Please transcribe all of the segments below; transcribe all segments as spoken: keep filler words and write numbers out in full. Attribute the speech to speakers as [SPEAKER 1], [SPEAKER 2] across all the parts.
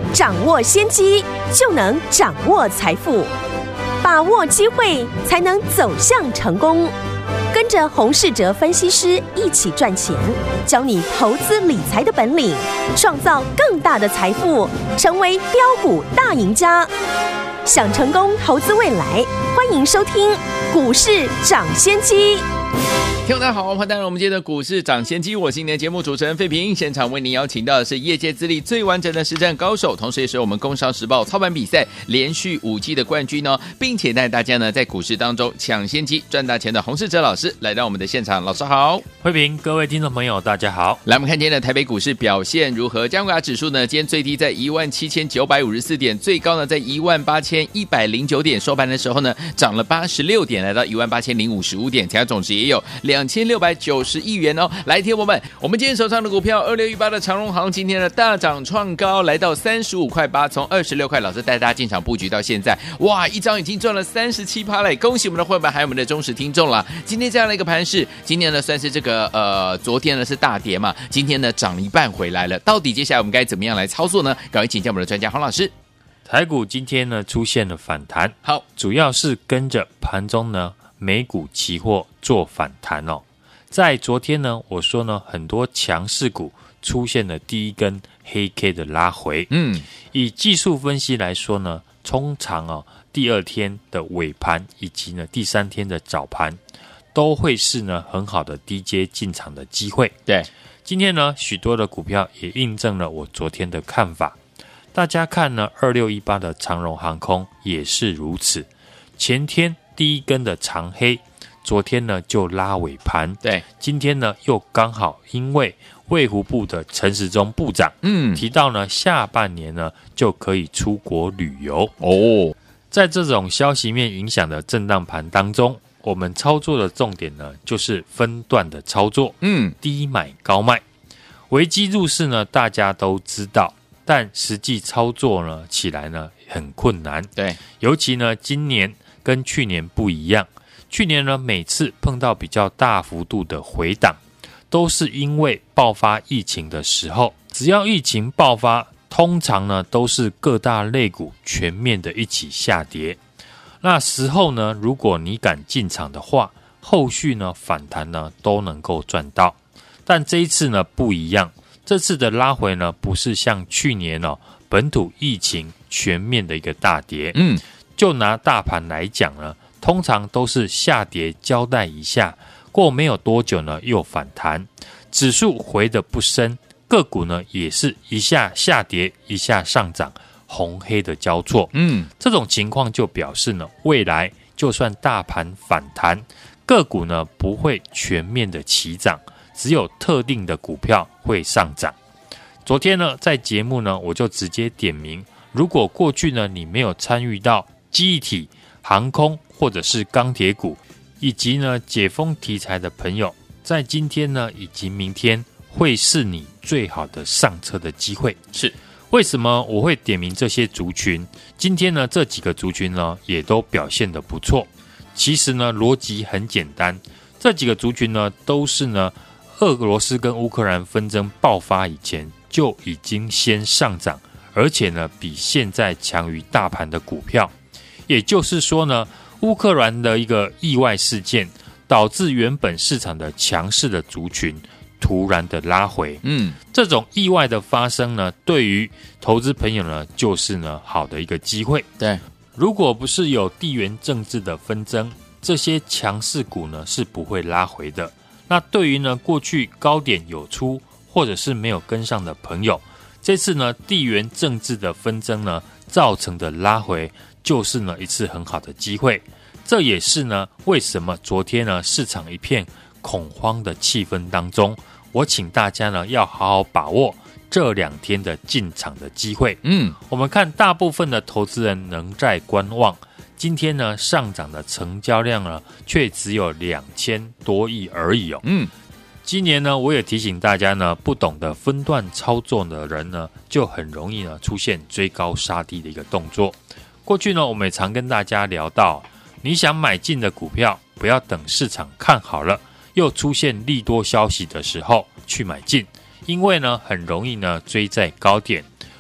[SPEAKER 1] 掌握先机，就能掌握财富。把握机会，才能走向成功。跟着洪士哲分析师一起赚钱，教你投资理财的本领，创造更大的财富，成为标股大赢家。想成功投资未来，欢迎收听股市涨先机。
[SPEAKER 2] 听众大家好，欢迎来到我们今天的股市涨先机，我是今天的节目主持人费平。现场为您邀请到的是业界资历最完整的实战高手，同时也是我们工商时报操盘比赛连续五季的冠军哦，并且带大家呢在股市当中抢先机赚大钱的洪士哲老师来到我们的现场。老师好。
[SPEAKER 3] 慧平，各位听众朋友大家好。
[SPEAKER 2] 来，我们看今天的台北股市表现如何？加权指数呢，今天最低在一万七千九百五十四点，最高呢在一万八千一百零九点，收盘的时候呢涨了八十六点，来到一万八千零五十五点，成交总值也有两千六百九十亿元哦。来，听我们，我们今天手上的股票二六一八的长荣航，今天的大涨创高，来到三十五块八，从二十六块，老师带大家进场布局到现在，哇，一张已经赚了三十七趴嘞！恭喜我们的会员还有我们的忠实听众啦。今天这样的一个盘势，今天呢算是这个呃，昨天呢是大跌嘛，今天呢涨一半回来了。到底接下来我们该怎么样来操作呢？赶快请教我们的专家黄老师。
[SPEAKER 3] 台股今天呢出现了反弹，
[SPEAKER 2] 好，
[SPEAKER 3] 主要是跟着盘中呢美股期货做反弹哦。在昨天呢，我说呢很多强势股出现了第一根黑 K 的拉回，嗯，以技术分析来说呢，通常哦第二天的尾盘以及呢第三天的早盘都会是呢很好的低阶进场的机会。
[SPEAKER 2] 对，今
[SPEAKER 3] 天呢许多的股票也印证了我昨天的看法。大家看呢二六一八的长荣航空也是如此，前天第一根的长黑，昨天呢就拉尾盘，
[SPEAKER 2] 对，
[SPEAKER 3] 今天呢又刚好因为卫福部的陈时中部长嗯提到呢下半年呢就可以出国旅游哦。在这种消息面影响的震荡盘当中，我们操作的重点呢就是分段的操作，嗯，低买高卖。危机入市呢大家都知道，但实际操作呢起来呢很困难，
[SPEAKER 2] 对，
[SPEAKER 3] 尤其呢今年跟去年不一样。去年呢每次碰到比较大幅度的回档，都是因为爆发疫情的时候，只要疫情爆发，通常呢都是各大类股全面的一起下跌。那时候呢，如果你敢进场的话，后续呢反弹呢都能够赚到。但这一次呢不一样，这次的拉回呢不是像去年哦本土疫情全面的一个大跌，嗯，就拿大盘来讲呢，通常都是下跌交代一下，过没有多久呢又反弹，指数回得不深，个股呢也是一下下跌一下上涨，红黑的交错，嗯，这种情况就表示呢，未来就算大盘反弹，个股呢不会全面的齐涨，只有特定的股票会上涨。昨天呢在节目呢我就直接点名，如果过去呢你没有参与到记忆体、航空或者是钢铁股以及呢解封题材的朋友，在今天呢以及明天会是你最好的上车的机会。
[SPEAKER 2] 是
[SPEAKER 3] 为什么我会点名这些族群？今天呢这几个族群呢也都表现得不错。其实呢逻辑很简单，这几个族群呢都是呢俄罗斯跟乌克兰纷争爆发以前就已经先上涨，而且呢比现在强于大盘的股票。也就是说呢，乌克兰的一个意外事件导致原本市场的强势的族群突然的拉回，嗯，这种意外的发生呢，对于投资朋友呢就是呢好的一个机会。
[SPEAKER 2] 对，
[SPEAKER 3] 如果不是有地缘政治的纷争，这些强势股呢是不会拉回的。那对于呢过去高点有出或者是没有跟上的朋友，这次呢地缘政治的纷争呢造成的拉回，就是呢一次很好的机会。这也是呢为什么昨天呢市场一片恐慌的气氛当中，我请大家呢要好好把握这两天的进场的机会。嗯，我们看大部分的投资人仍在观望，今天呢上涨的成交量呢却只有两千多亿而已哦。嗯，今年呢我也提醒大家呢，不懂得分段操作的人呢，就很容易呢出现追高杀低的一个动作。过去呢我们也常跟大家聊到，你想买进的股票，不要等市场看好了又出现利多消息的时候去买进，因为呢很容易呢追在高点，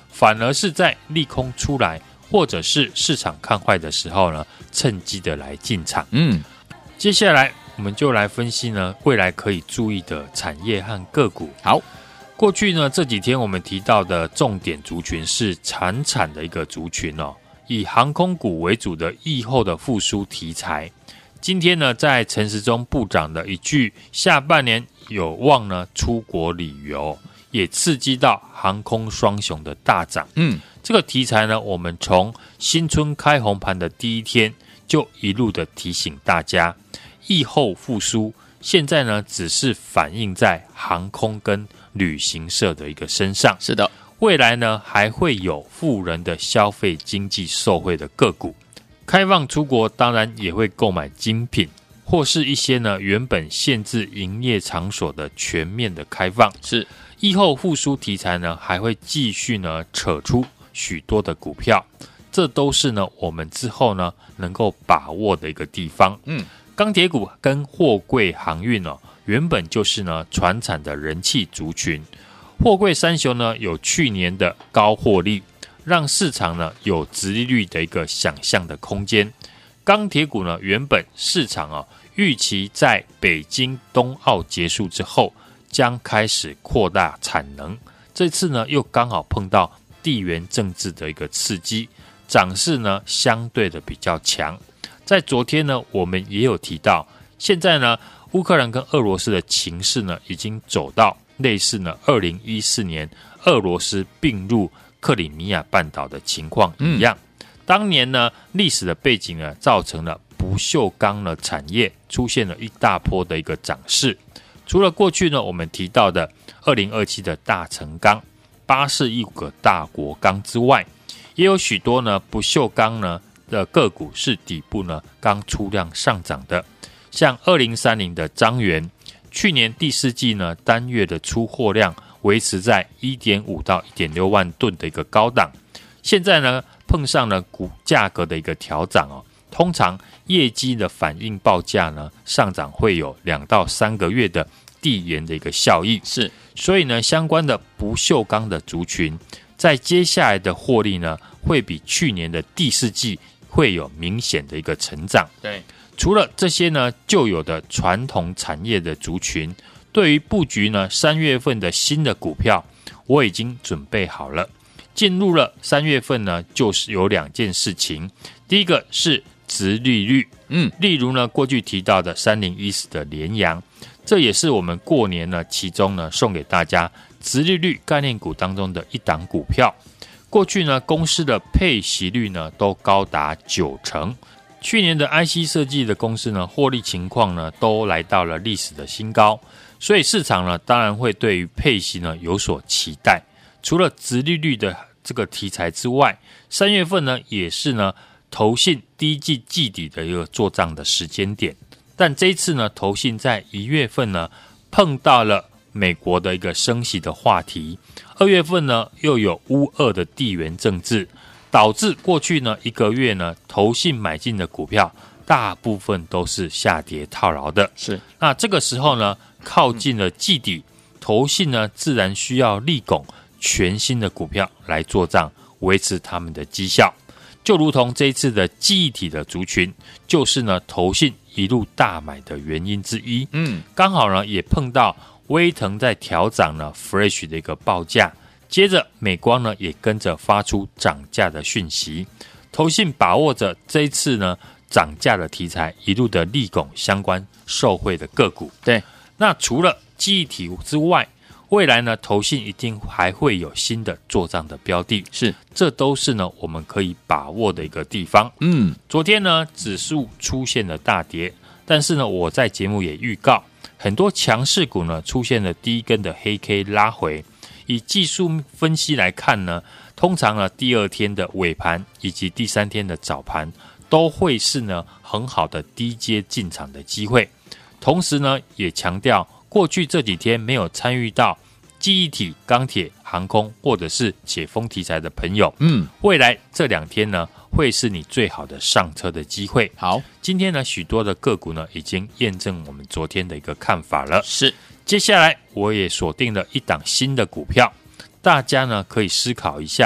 [SPEAKER 3] 反而是在利空出来或者是市场看坏的时候呢，趁机的来进场。
[SPEAKER 2] 嗯，
[SPEAKER 3] 接下来我们就来分析呢未来可以注意的产业和个股。
[SPEAKER 2] 好，
[SPEAKER 3] 过去呢这几天我们提到的重点族群是传产的一个族群哦，以航空股为主的疫后的复苏题材。今天呢，在陈时中部长的一句下半年有望呢出国旅游，也刺激到航空双雄的大涨。
[SPEAKER 2] 嗯，
[SPEAKER 3] 这个题材呢，我们从新春开红盘的第一天就一路的提醒大家，疫后复苏现在呢只是反映在航空跟旅行社的一个身上。
[SPEAKER 2] 是的，
[SPEAKER 3] 未来呢还会有富人的消费经济受惠的个股。开放出国当然也会购买精品，或是一些呢原本限制营业场所的全面的开放。
[SPEAKER 2] 是，
[SPEAKER 3] 疫后复苏题材呢还会继续呢扯出许多的股票，这都是呢我们之后呢能够把握的一个地方。
[SPEAKER 2] 嗯，
[SPEAKER 3] 钢铁股跟货柜航运哦，原本就是呢传产的人气族群。货柜三雄呢有去年的高获利，让市场呢有殖利率的一个想象的空间。钢铁股呢，原本市场啊预期在北京冬奥结束之后将开始扩大产能，这次呢又刚好碰到地缘政治的一个刺激，涨势呢相对的比较强。在昨天呢，我们也有提到，现在呢乌克兰跟俄罗斯的情势呢已经走到类似呢二零一四年俄罗斯并入克里米亚半岛的情况一样。嗯，当年呢历史的背景呢造成了不锈钢的产业出现了一大波的一个涨势。除了过去呢我们提到的二零二七的大成钢、巴士一股大国钢之外，也有许多呢不锈钢呢的个股是底部呢刚出量上涨的，像二零三零的彰源，去年第四季呢单月的出货量维持在 一点五 到 一点六 万吨的一个高档，现在呢碰上了股价格的一个调涨哦，通常业绩的反应报价呢上涨会有两到三个月的递延的一个效益。
[SPEAKER 2] 是，
[SPEAKER 3] 所以呢相关的不锈钢的族群在接下来的获利呢会比去年的第四季会有明显的一个成长。
[SPEAKER 2] 对，
[SPEAKER 3] 除了这些呢旧有的传统产业的族群，对于布局呢三月份的新的股票我已经准备好了。进入了三月份呢，就是有两件事情，第一个是殖利率，嗯，例如呢过去提到的三零一四的联阳，这也是我们过年呢其中呢送给大家殖利率概念股当中的一档股票。过去呢公司的配息率呢都高达九成，去年的 I C 设计的公司呢获利情况呢都来到了历史的新高，所以市场呢当然会对于配息呢有所期待。除了殖利率的这个题材之外，三月份呢也是呢投信第一季季底的一个做账的时间点，但这一次呢投信在一月份呢碰到了美国的一个升息的话题，二月份呢又有乌俄的地缘政治，导致过去呢一个月呢投信买进的股票大部分都是下跌套牢的。
[SPEAKER 2] 是，
[SPEAKER 3] 那这个时候呢靠近了季底，投信呢自然需要利拱全新的股票来做账，维持他们的绩效。就如同这一次的记忆体的族群，就是呢投信一路大买的原因之一。嗯，刚好呢也碰到威腾在调涨呢 Fresh 的一个报价，接着美光呢也跟着发出涨价的讯息，投信把握着这一次呢涨价的题材，一路的利拱相关受惠的个股。
[SPEAKER 2] 对，
[SPEAKER 3] 那除了记忆体之外，未来呢投信一定还会有新的做账的标的，
[SPEAKER 2] 是，
[SPEAKER 3] 这都是呢我们可以把握的一个地方。嗯，昨天呢指数出现了大跌，但是呢我在节目也预告，很多强势股呢出现了第一根的黑 K 拉回。以技术分析来看呢，通常呢第二天的尾盘以及第三天的早盘都会是呢很好的低阶进场的机会。同时呢也强调，过去这几天没有参与到记忆体、钢铁、航空或者是解封题材的朋友，嗯，未来这两天呢会是你最好的上车的机会。
[SPEAKER 2] 好，
[SPEAKER 3] 今天呢许多的个股呢已经验证我们昨天的一个看法了。
[SPEAKER 2] 是，
[SPEAKER 3] 接下来我也锁定了一档新的股票，大家呢可以思考一下，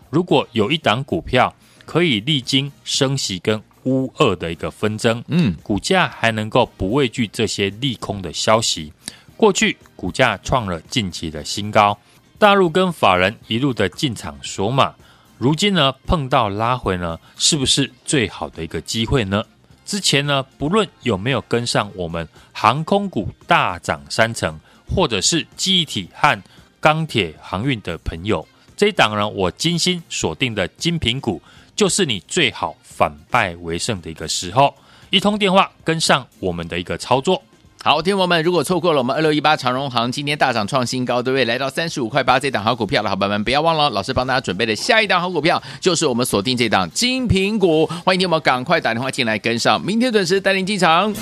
[SPEAKER 3] 如果有一档股票可以历经升息跟乌俄的一个纷争，嗯，股价还能够不畏惧这些利空的消息，过去股价创了近期的新高，大陆跟法人一路的进场锁码，如今呢碰到拉回呢，是不是最好的一个机会呢？之前呢，不论有没有跟上我们航空股大涨三成，或者是记忆体和钢铁航运的朋友，这一档呢，我精心锁定的精品股，就是你最好反败为胜的一个时候。一通电话跟上我们的一个操作。
[SPEAKER 2] 好，听众们，如果错过了我们二六一八长荣航今天大涨创新高，对不对？来到三十五块八这档好股票的好朋友们，不要忘了，老师帮大家准备的下一档好股票，就是我们锁定这档精品股。欢迎听众们赶快打电话进来跟上，明天准时带领进场。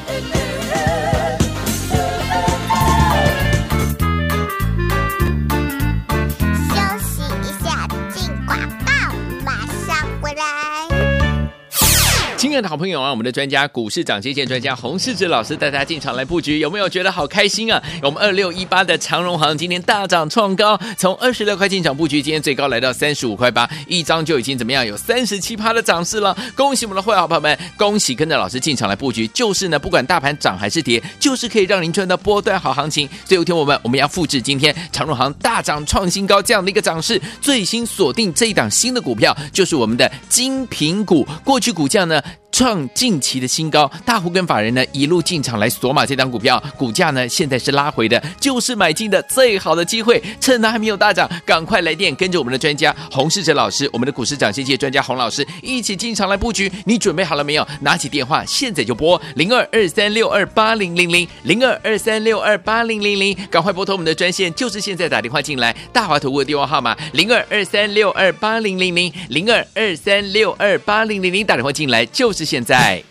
[SPEAKER 2] 亲爱的好朋友啊，我们的专家股市涨跌线专家洪士哲老师带大家进场来布局，有没有觉得好开心啊？我们二六一八的长荣航今天大涨创高，从二十六块进场布局，今天最高来到三十五块八，一张就已经怎么样？有 百分之三十七 的涨势了。恭喜我们的会员好朋友们，恭喜跟着老师进场来布局，就是呢，不管大盘涨还是跌，就是可以让您赚到波段好行情。所以有天我们我们要复制今天长荣航大涨创新高这样的一个涨势，最新锁定这一档新的股票，就是我们的精品股。过去股价呢创近期的新高，大户跟法人呢一路进场来锁码这档股票，股价呢现在是拉回的，就是买进的最好的机会，趁它还没有大涨，赶快来电，跟着我们的专家洪士哲老师，我们的股市涨跌线专家洪老师一起进场来布局。你准备好了没有？拿起电话现在就拨零二二三六二八零零零零二二三六二八零零零，赶快拨通我们的专线，就是现在打电话进来。大华投顾的电话号码零二二三六二八零零零零二二三六二八零零零，打电话进来就是现在。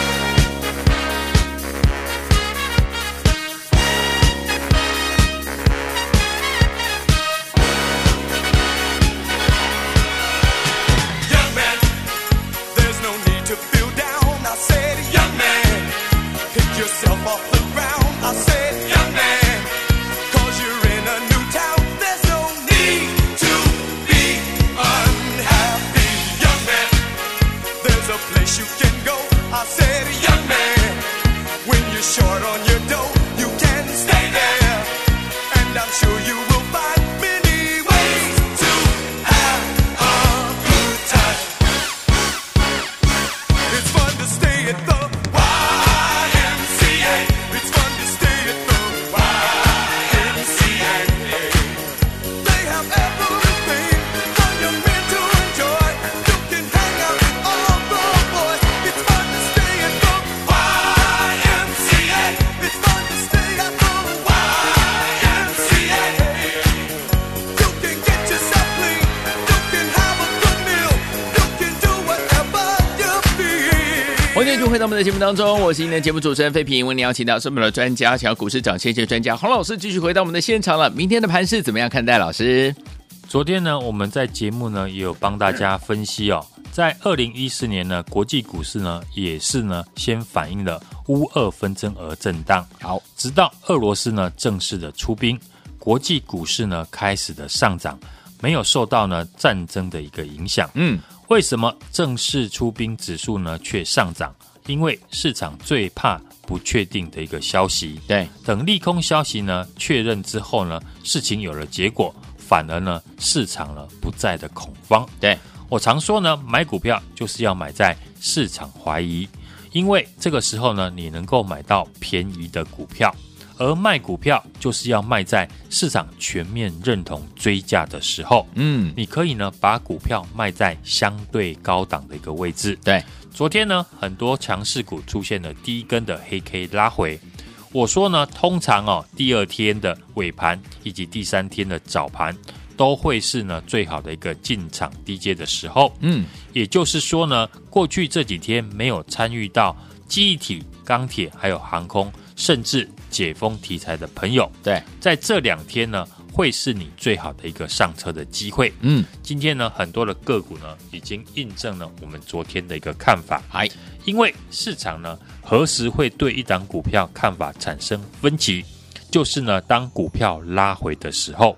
[SPEAKER 2] 回到我们的节目当中，我是今天的节目主持人费平，为您邀请到是我们的专家，想要股市涨跌线专家洪老师继续回到我们的现场了。明天的盘势怎么样看待？老师，
[SPEAKER 3] 昨天呢，我们在节目呢也有帮大家分析哦，在二零一四年呢，国际股市呢也是呢先反映了乌俄纷争而震荡，好，直到俄罗斯呢正式的出兵，国际股市呢开始的上涨，没有受到呢战争的一个影响。嗯，为什么正式出兵指数呢却上涨？因为市场最怕不确定的一个消息，对，等利空消息呢确认之后呢，事情有了结果，反而呢市场呢不再的恐慌。对，我常说呢，买股票就是要买在市场怀疑，因为这个时候呢，你能够买到便宜的股票，而卖股票就是要卖在市场全面认同追价的时候。嗯，你可以呢把股票卖在相对高档的一个位置。对。昨天呢，很多强势股出现了第一根的黑 K 拉回。我说呢，通常哦，第二天的尾盘以及第三天的早盘都会是呢最好的一个进场低阶的时候。嗯，也就是说呢，过去这几天没有参与到记忆体、钢铁还有航空，甚至解封题材的朋友，对，在这两天呢，会是你最好的一个上车的机会。嗯，今天呢，很多的个股呢，已经印证了我们昨天的一个看法。嗨，因为市场呢，何时会对一档股票看法产生分歧？就是呢，当股票拉回的时候，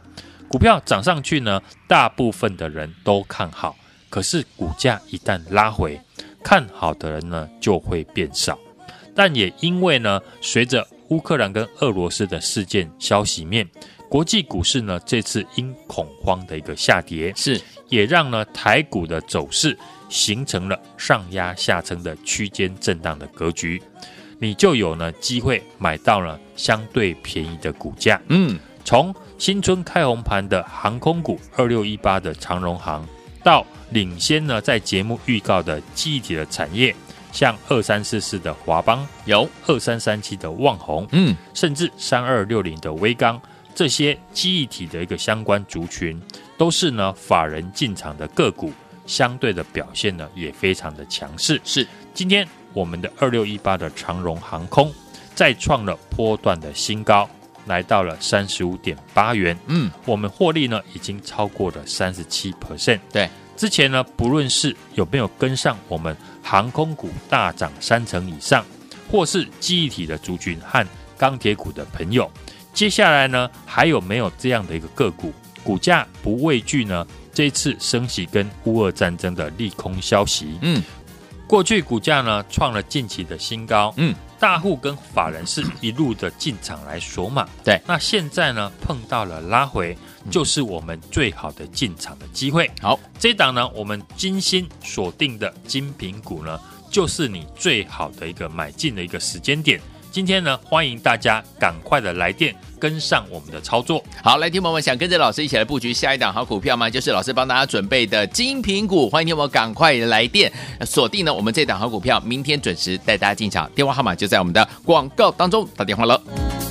[SPEAKER 3] 股票涨上去呢，大部分的人都看好，可是股价一旦拉回，看好的人呢就会变少。但也因为呢，随着乌克兰跟俄罗斯的事件消息面，国际股市呢这次因恐慌的一个下跌，
[SPEAKER 2] 是
[SPEAKER 3] 也让呢台股的走势形成了上压下撑的区间震荡的格局，你就有呢机会买到了相对便宜的股价。
[SPEAKER 2] 嗯，
[SPEAKER 3] 从新春开红盘的航空股二六一八的长荣航，到领先呢在节目预告的记忆体的产业，像二三四四的华邦，
[SPEAKER 2] 有
[SPEAKER 3] 二三三七的旺宏，
[SPEAKER 2] 嗯，
[SPEAKER 3] 甚至三二六零的威刚，这些记忆体的一个相关族群，都是呢法人进场的个股，相对的表现呢也非常的强势。
[SPEAKER 2] 是，
[SPEAKER 3] 今天我们的二六一八的长荣航空再创了波段的新高，来到了 三十五点八元。
[SPEAKER 2] 嗯，
[SPEAKER 3] 我们获利呢已经超过了 百分之三十七。
[SPEAKER 2] 对，
[SPEAKER 3] 之前呢不论是有没有跟上我们航空股大涨三成以上，或是记忆体的族群和钢铁股的朋友，接下来呢还有没有这样的一个个股，股价不畏惧呢这一次升息跟乌俄战争的利空消息？
[SPEAKER 2] 嗯，
[SPEAKER 3] 过去股价呢创了近期的新高，
[SPEAKER 2] 嗯，
[SPEAKER 3] 大户跟法人是一路的进场来锁码，
[SPEAKER 2] 对，
[SPEAKER 3] 那现在呢碰到了拉回，就是我们最好的进场的机会。
[SPEAKER 2] 好，
[SPEAKER 3] 这一档呢我们精心锁定的精品股呢，就是你最好的一个买进的一个时间点。今天呢欢迎大家赶快的来电跟上我们的操作。
[SPEAKER 2] 好，来，听众们想跟着老师一起来布局下一档好股票吗？就是老师帮大家准备的精品股，欢迎听众们赶快来电锁定呢我们这档好股票，明天准时带大家进场，电话号码就在我们的广告当中，打电话了。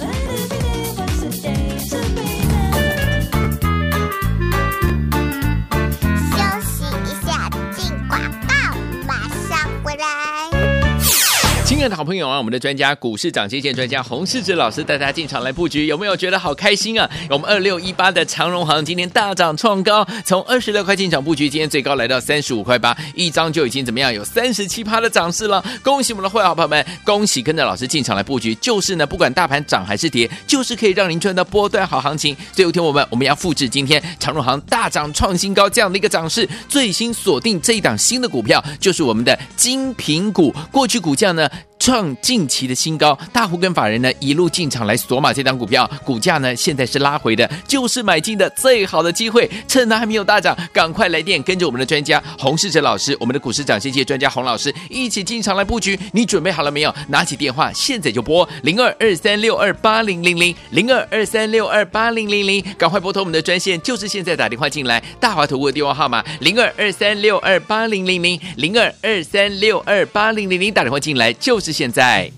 [SPEAKER 2] 亲爱的好朋友啊，我们的专家股市涨跌线专家洪士哲老师带大家进场来布局，有没有觉得好开心啊？我们二六一八的长荣航今天大涨创高，从二十六块进场布局，今天最高来到三十五块八，一张就已经怎么样，有 百分之三十七 的涨势了。恭喜我们的会员好朋友们，恭喜跟着老师进场来布局，就是呢不管大盘涨还是跌，就是可以让您赚到波段好行情。所以有听我们，我们要复制今天长荣航大涨创新高这样的一个涨势，最新锁定这一档新的股票，就是我们的精品股。过去股价呢创近期的新高，大户跟法人呢一路进场来锁码这档股票，股价呢现在是拉回的，就是买进的最好的机会，趁它还没有大涨，赶快来电，跟着我们的专家洪士哲老师，我们的股市涨跌线专家洪老师一起进场来布局。你准备好了没有？拿起电话现在就拨零二二三六二八零零零零二二三六二八零零零，赶快拨通我们的专线，就是现在打电话进来。大华投顾的电话号码零二二三六二八零零零零二二三六二八零零零，打电话进来就是现在。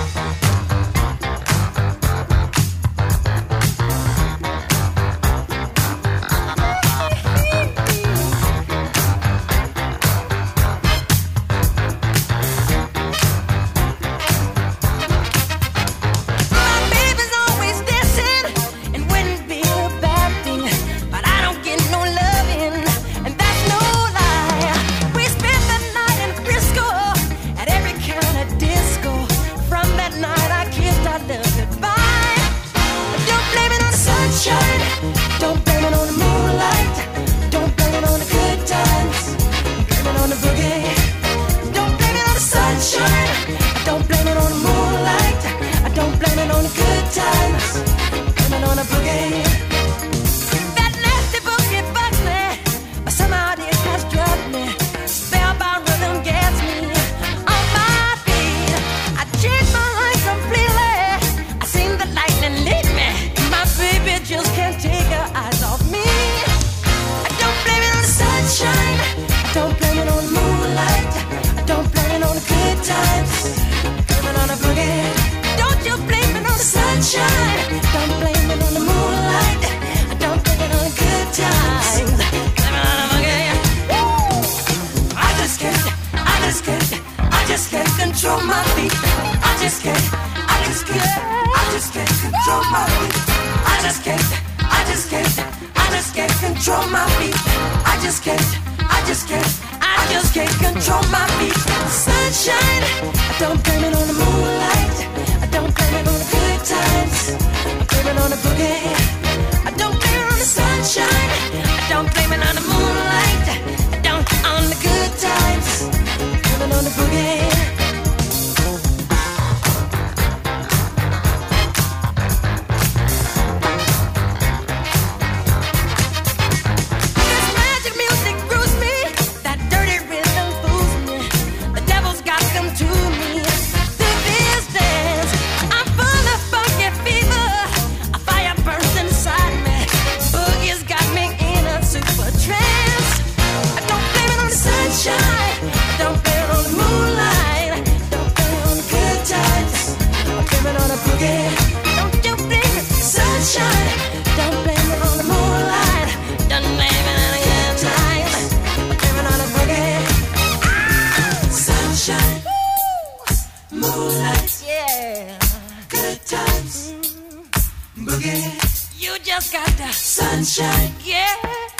[SPEAKER 4] Control my feet. I just can't, I just can't, I just can't control my feet. I just can't, I just can't, I just can't control my feet. I just can't, I just can't, I just can't control my feet. Sunshine, I don't blame it on the moonlight. I don't blame it on the good times. I blame it on the boogie. I don't blame it on the sunshine. just got the sunshine, yeah,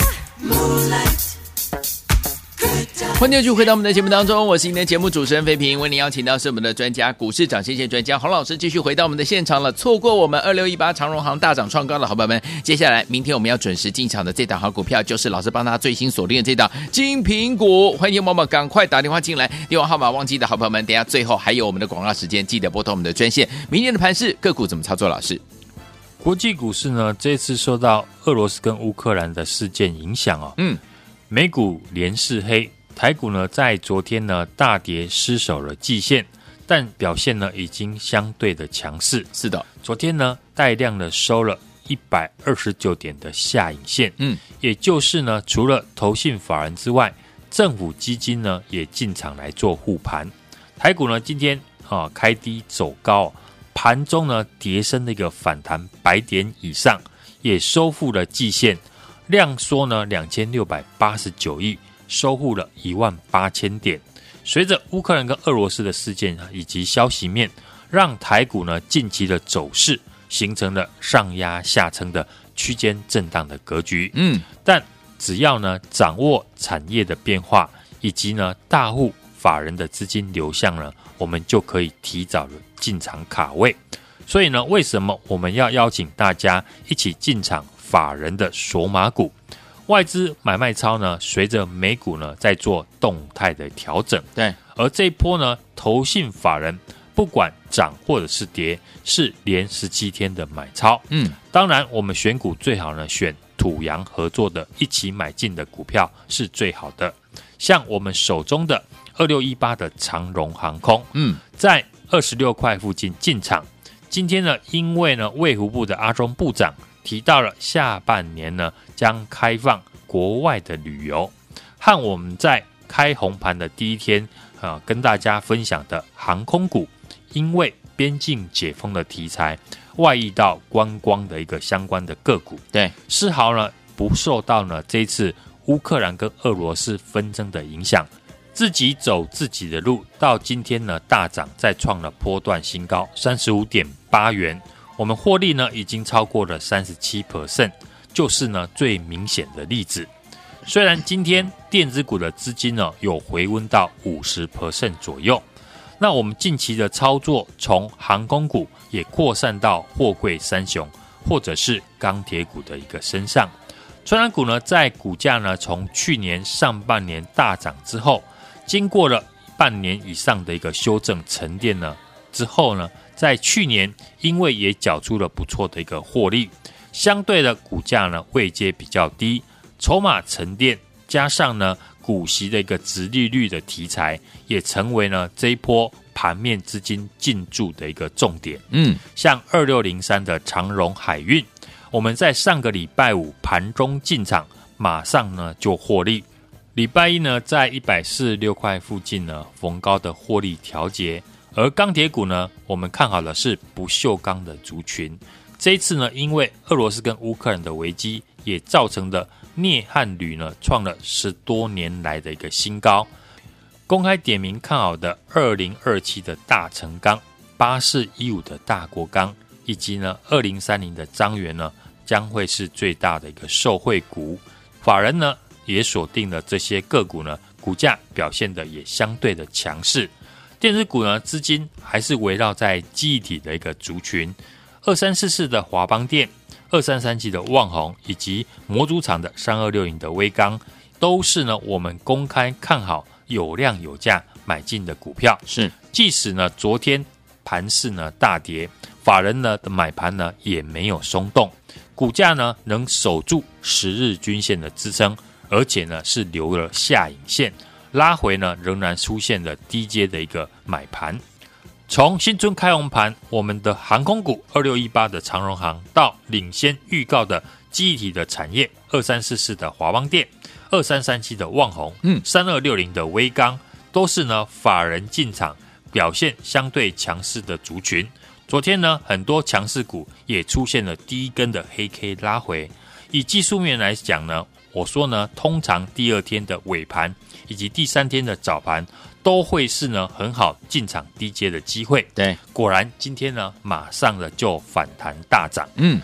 [SPEAKER 4] moonlight.
[SPEAKER 2] 欢迎继续回到我们的节目当中，我是今天的节目主持人飞平，为您邀请到是我们的专家股市涨先线专家洪老师，继续回到我们的现场了。错过我们二六一八长荣航大涨创高的好朋友们，接下来明天我们要准时进场的这档好股票，就是老师帮他最新锁定的这档金苹果。欢迎妈妈赶快打电话进来，电话号码忘记的好朋友们，等一下最后还有我们的广告时间，记得拨通我们的专线。明天的盘势个股怎么操作？老师，
[SPEAKER 3] 国际股市呢，这次受到俄罗斯跟乌克兰的事件影响哦，嗯，美股连四黑。台股呢，在昨天呢大跌失守了季线，但表现呢已经相对的强势。
[SPEAKER 2] 是的，
[SPEAKER 3] 昨天呢带量的收了一百二十九点的下影线，嗯，也就是呢除了投信法人之外，政府基金呢也进场来做护盘。台股呢今天啊开低走高，盘中呢跌升的一个反弹百点以上，也收复了季线，量缩呢两千六百八十九亿。收复了一万八千点。随着乌克兰跟俄罗斯的事件以及消息面，让台股呢近期的走势形成了上压下撑的区间震荡的格局。嗯，但只要呢掌握产业的变化，以及呢大户法人的资金流向呢，我们就可以提早的进场卡位。所以呢，为什么我们要邀请大家一起进场法人的索马股？外资买卖超呢，随着美股呢在做动态的调整，
[SPEAKER 2] 对，
[SPEAKER 3] 而这一波呢，投信法人不管涨或者是跌，是连十七天的买超。嗯，当然我们选股最好呢选土洋合作的一起买进的股票是最好的，像我们手中的二六一八的长荣航空，嗯，在二十六块附近进场。今天呢，因为呢卫福部的阿中部长提到了下半年呢将开放国外的旅游，和我们在开红盘的第一天啊跟大家分享的航空股，因为边境解封的题材外溢到观光的一个相关的个股，
[SPEAKER 2] 对，
[SPEAKER 3] 丝毫呢不受到呢这一次乌克兰跟俄罗斯纷争的影响，自己走自己的路，到今天呢大涨，再创了波段新高 三十五点八元。我们获利呢已经超过了 百分之三十七， 就是呢最明显的例子。虽然今天电子股的资金呢有回温到 百分之五十 左右，那我们近期的操作从航空股也扩散到货柜三雄或者是钢铁股的一个身上。传染股呢在股价呢从去年上半年大涨之后，经过了半年以上的一个修正沉淀呢之后呢，在去年因为也缴出了不错的一个获利，相对的股价呢位阶比较低，筹码沉淀，加上呢股息的一个殖利率的题材，也成为呢这一波盘面资金进驻的一个重点。嗯，像二六零三的长荣海运，我们在上个礼拜五盘中进场，马上呢就获利。礼拜一呢在一百四十六块附近呢逢高的获利调节。而钢铁股呢，我们看好的是不锈钢的族群。这一次呢，因为俄罗斯跟乌克兰的危机，也造成的镍和铝呢创了十多年来的一个新高。公开点名看好的二零二七的大成钢、八四一五的大国钢，以及呢二零三零的彰源呢，将会是最大的一个受惠股。法人呢也锁定了这些个股呢，股价表现的也相对的强势。电子股呢，资金还是围绕在记忆体的一个族群，二三四四的华邦电、二三三七的旺宏，以及模组厂的三二六零的威刚，都是呢我们公开看好、有量有价买进的股票。
[SPEAKER 2] 是，
[SPEAKER 3] 即使呢昨天盘势呢大跌，法人呢的买盘呢也没有松动，股价呢能守住十日均线的支撑，而且呢是留了下影线。拉回呢，仍然出现了低阶的一个买盘。从新春开红盘，我们的航空股二六一八的长荣航，到领先预告的记忆体的产业二三四四的华邦电、二三三七的旺宏、嗯，三二六零的威刚，都是呢法人进场表现相对强势的族群。昨天呢，很多强势股也出现了第一根的黑 K 拉回。以技术面来讲呢，我说呢，通常第二天的尾盘以及第三天的早盘都会是呢很好进场低阶的机会。
[SPEAKER 2] 对，
[SPEAKER 3] 果然今天呢马上的就反弹大涨。嗯，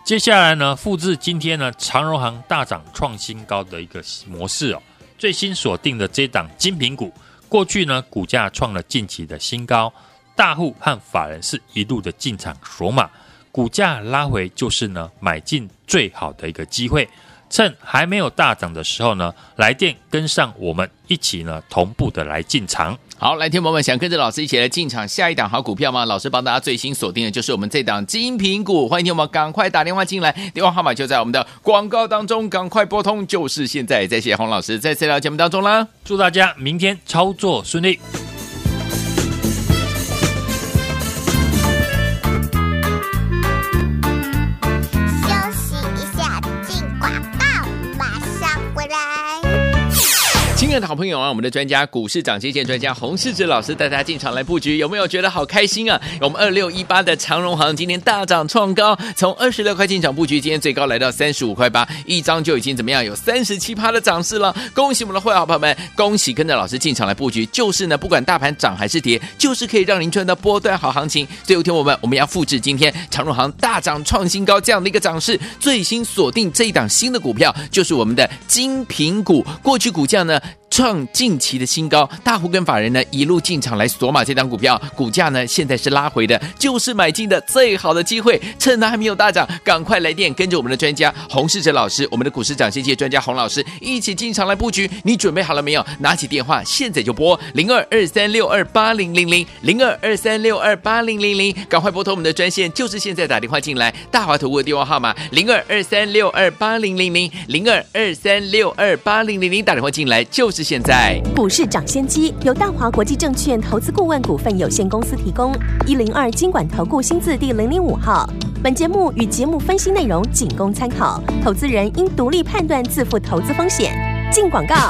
[SPEAKER 3] 接下来呢，复制今天呢长荣航大涨创新高的一个模式哦，最新锁定的这档精品股，过去呢股价创了近期的新高，大户和法人是一路的进场锁码，股价拉回就是呢买进最好的一个机会。趁还没有大涨的时候呢，来电跟上我们一起呢同步的来进场。
[SPEAKER 2] 好，来听友们想跟着老师一起来进场下一档好股票吗？老师帮大家最新锁定的就是我们这档精品股，欢迎听友们赶快打电话进来，电话号码就在我们的广告当中，赶快拨通，就是现在。再谢谢洪老师再次来到节目当中啦，
[SPEAKER 3] 祝大家明天操作顺利。
[SPEAKER 2] 亲爱的好朋友啊，我们的专家股市涨跌线专家洪士哲老师带大家进场来布局，有没有觉得好开心啊？我们二六一八的长荣航今天大涨创高，从二十六块进场布局，今天最高来到三十五块八，一张就已经怎么样？有 百分之三十七 的涨势了。恭喜我们的会员好朋友们，恭喜跟着老师进场来布局，就是呢，不管大盘涨还是跌，就是可以让您赚到波段好行情。所以有听我们，我们要复制今天长荣航大涨创新高这样的一个涨势，最新锁定这一档新的股票，就是我们的精品股。过去股价呢创近期的新高，大户跟法人呢一路进场来锁码这档股票，股价呢现在是拉回的，就是买进的最好的机会。趁它还没有大涨，赶快来电，跟着我们的专家洪士哲老师，我们的股市涨跌线专家洪老师一起进场来布局。你准备好了没有？拿起电话现在就拨零二二三六二八零零零零二二三六二八零零零，赶快拨通我们的专线，就是现在打电话进来。大华投顾的电话号码零二二三六二八零零零零二二三六二八零零零，打电话进来就是现在。
[SPEAKER 1] 股市涨先机由大华国际证券投资顾问股份有限公司提供，一零二金管投顾新字第零零五号。本节目与节目分析内容仅供参考，投资人应独立判断，自负投资风险。进广告。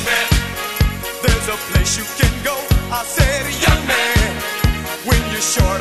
[SPEAKER 5] You can go, I said, young man, when you're short